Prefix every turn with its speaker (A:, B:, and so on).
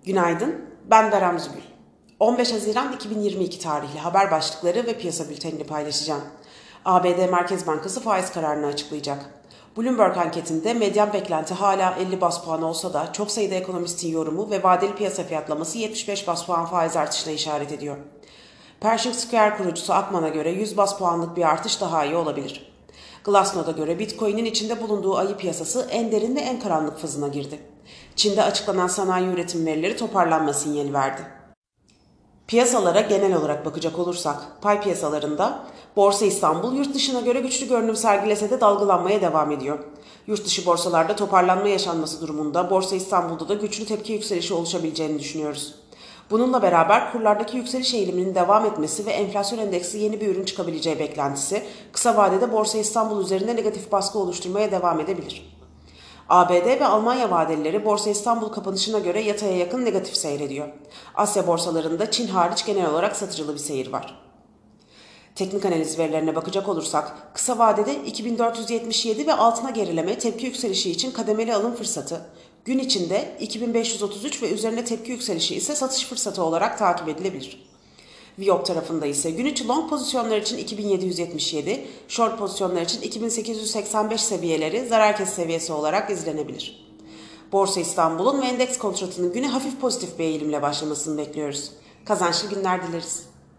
A: Günaydın, ben Berem Zügül. 15 Haziran 2022 tarihli haber başlıkları ve piyasa bültenini paylaşacağım. ABD Merkez Bankası faiz kararını açıklayacak. Bloomberg anketinde medyan beklenti hala 50 bas puan olsa da çok sayıda ekonomistin yorumu ve vadeli piyasa fiyatlaması 75 bas puan faiz artışına işaret ediyor. Pershing Square kurucusu Ackman'a göre 100 bas puanlık bir artış daha iyi olabilir. Glassnode'a göre Bitcoin'in içinde bulunduğu ayı piyasası en derin ve en karanlık fazına girdi. Çin'de açıklanan sanayi üretim verileri toparlanma sinyali verdi. Piyasalara genel olarak bakacak olursak, pay piyasalarında Borsa İstanbul yurt dışına göre güçlü görünüm sergilese de dalgalanmaya devam ediyor. Yurt dışı borsalarda toparlanma yaşanması durumunda Borsa İstanbul'da da güçlü tepki yükselişi oluşabileceğini düşünüyoruz. Bununla beraber kurlardaki yükseliş eğiliminin devam etmesi ve enflasyon endeksi yeni bir ürün çıkabileceği beklentisi kısa vadede Borsa İstanbul üzerinde negatif baskı oluşturmaya devam edebilir. ABD ve Almanya vadelileri Borsa İstanbul kapanışına göre yataya yakın negatif seyrediyor. Asya borsalarında Çin hariç genel olarak satıcılı bir seyir var. Teknik analiz verilerine bakacak olursak, kısa vadede 2477 ve altına gerileme tepki yükselişi için kademeli alım fırsatı, gün içinde 2533 ve üzerine tepki yükselişi ise satış fırsatı olarak takip edilebilir. Viyop tarafında ise gün içi long pozisyonlar için 2777, short pozisyonlar için 2885 seviyeleri zarar kes seviyesi olarak izlenebilir. Borsa İstanbul'un ve endeks kontratının güne hafif pozitif bir eğilimle başlamasını bekliyoruz. Kazançlı günler dileriz.